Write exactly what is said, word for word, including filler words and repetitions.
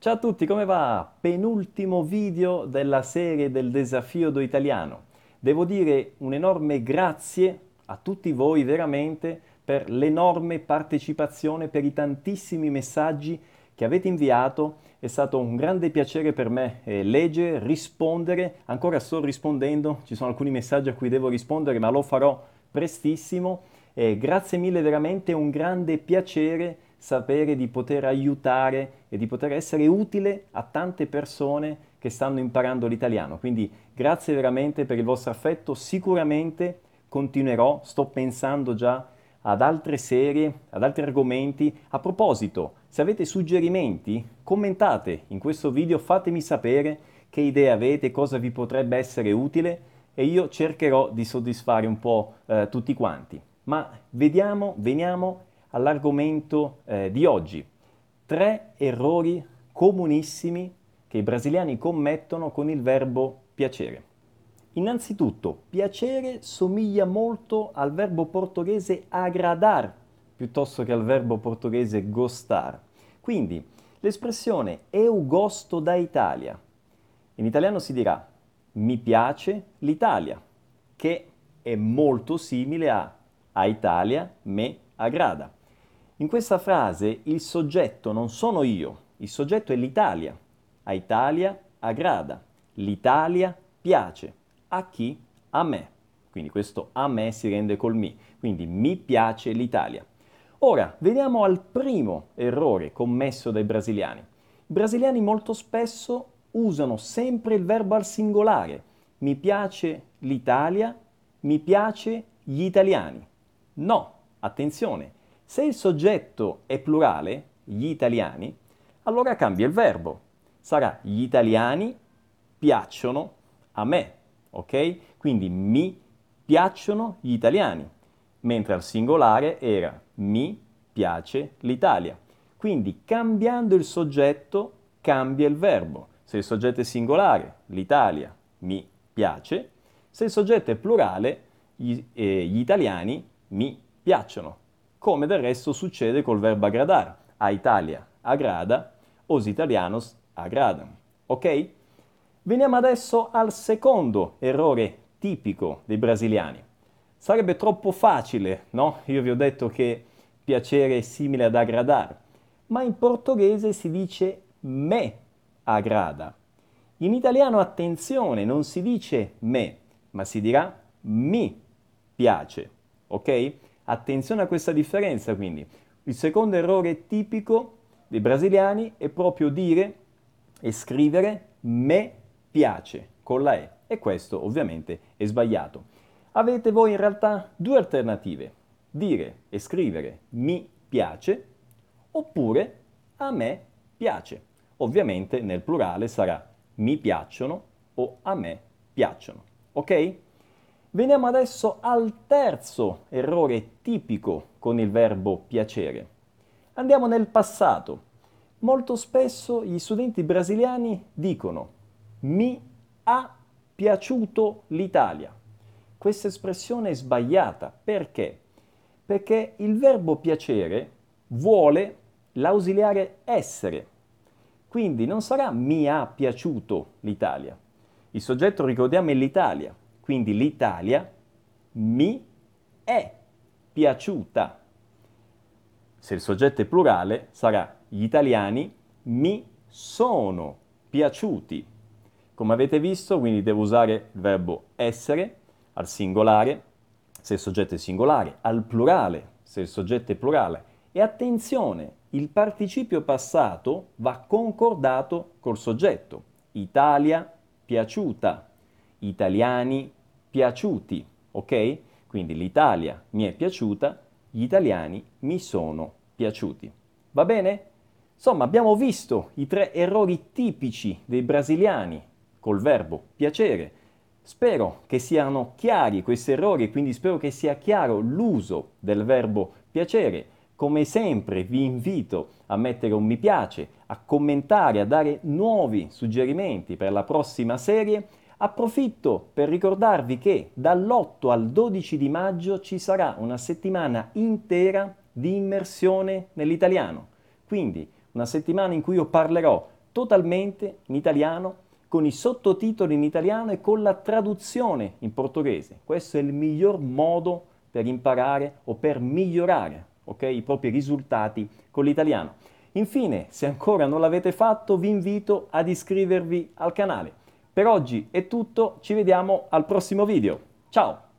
Ciao a tutti, come va? Penultimo video della serie del desafio do italiano. Devo dire un enorme grazie a tutti voi veramente per l'enorme partecipazione, per i tantissimi messaggi che avete inviato. È stato un grande piacere per me eh, leggere, rispondere. Ancora sto rispondendo, ci sono alcuni messaggi a cui devo rispondere, ma lo farò prestissimo. Eh, grazie mille, veramente un grande piacere sapere di poter aiutare e di poter essere utile a tante persone che stanno imparando l'italiano. Quindi grazie veramente per il vostro affetto, sicuramente continuerò, sto pensando già ad altre serie, ad altri argomenti. A proposito, se avete suggerimenti, commentate in questo video, fatemi sapere che idee avete, cosa vi potrebbe essere utile e io cercherò di soddisfare un po' eh, tutti quanti. Ma vediamo, veniamo all'argomento eh, di oggi. Tre errori comunissimi che i brasiliani commettono con il verbo piacere. Innanzitutto, piacere somiglia molto al verbo portoghese agradar piuttosto che al verbo portoghese gostar. Quindi l'espressione eu gosto da Italia. In italiano si dirà mi piace l'Italia, che è molto simile a a Italia me agrada. In questa frase il soggetto non sono io, il soggetto è l'Italia. A Italia agrada, l'Italia piace. A chi? A me. Quindi questo a me si rende col mi. Quindi mi piace l'Italia. Ora, veniamo al primo errore commesso dai brasiliani. I brasiliani molto spesso usano sempre il verbo al singolare. Mi piace l'Italia, mi piace gli italiani. No, attenzione, se il soggetto è plurale, gli italiani, allora cambia il verbo. Sarà gli italiani piacciono a me, ok? Quindi mi piacciono gli italiani, mentre al singolare era mi piace l'Italia. Quindi cambiando il soggetto cambia il verbo. Se il soggetto è singolare, l'Italia mi piace, se il soggetto è plurale, gli, eh, gli italiani mi piacciono, come del resto succede col verbo agradar. A Italia agrada, os italianos agradam. Ok? Veniamo adesso al secondo errore tipico dei brasiliani. Sarebbe troppo facile, no? Io vi ho detto che piacere è simile ad agradar, ma in portoghese si dice me agrada. In italiano, attenzione, non si dice me, ma si dirà mi piace. Ok? Attenzione a questa differenza, quindi. Il secondo errore tipico dei brasiliani è proprio dire e scrivere me piace con la E, e questo ovviamente è sbagliato. Avete voi in realtà due alternative: dire e scrivere mi piace oppure a me piace. Ovviamente nel plurale sarà mi piacciono o a me piacciono. Ok? Veniamo adesso al terzo errore tipico con il verbo piacere. Andiamo nel passato. Molto spesso gli studenti brasiliani dicono mi ha piaciuto l'Italia. Questa espressione è sbagliata. Perché? Perché il verbo piacere vuole l'ausiliare essere. Quindi non sarà mi ha piaciuto l'Italia. Il soggetto, ricordiamo, è l'Italia. Quindi l'Italia mi è piaciuta. Se il soggetto è plurale sarà gli italiani mi sono piaciuti. Come avete visto, quindi devo usare il verbo essere al singolare se il soggetto è singolare, al plurale se il soggetto è plurale. E attenzione, il participio passato va concordato col soggetto. Italia piaciuta. Italiani piaciuti, ok? Quindi l'Italia mi è piaciuta, gli italiani mi sono piaciuti. Va bene? Insomma, abbiamo visto i tre errori tipici dei brasiliani col verbo piacere. Spero che siano chiari questi errori e quindi spero che sia chiaro l'uso del verbo piacere. Come sempre vi invito a mettere un mi piace, a commentare, a dare nuovi suggerimenti per la prossima serie. Approfitto per ricordarvi che dall'otto al dodici di maggio ci sarà una settimana intera di immersione nell'italiano. Quindi una settimana in cui io parlerò totalmente in italiano, con i sottotitoli in italiano e con la traduzione in portoghese. Questo è il miglior modo per imparare o per migliorare, okay, i propri risultati con l'italiano. Infine, se ancora non l'avete fatto, vi invito ad iscrivervi al canale. Per oggi è tutto, ci vediamo al prossimo video. Ciao!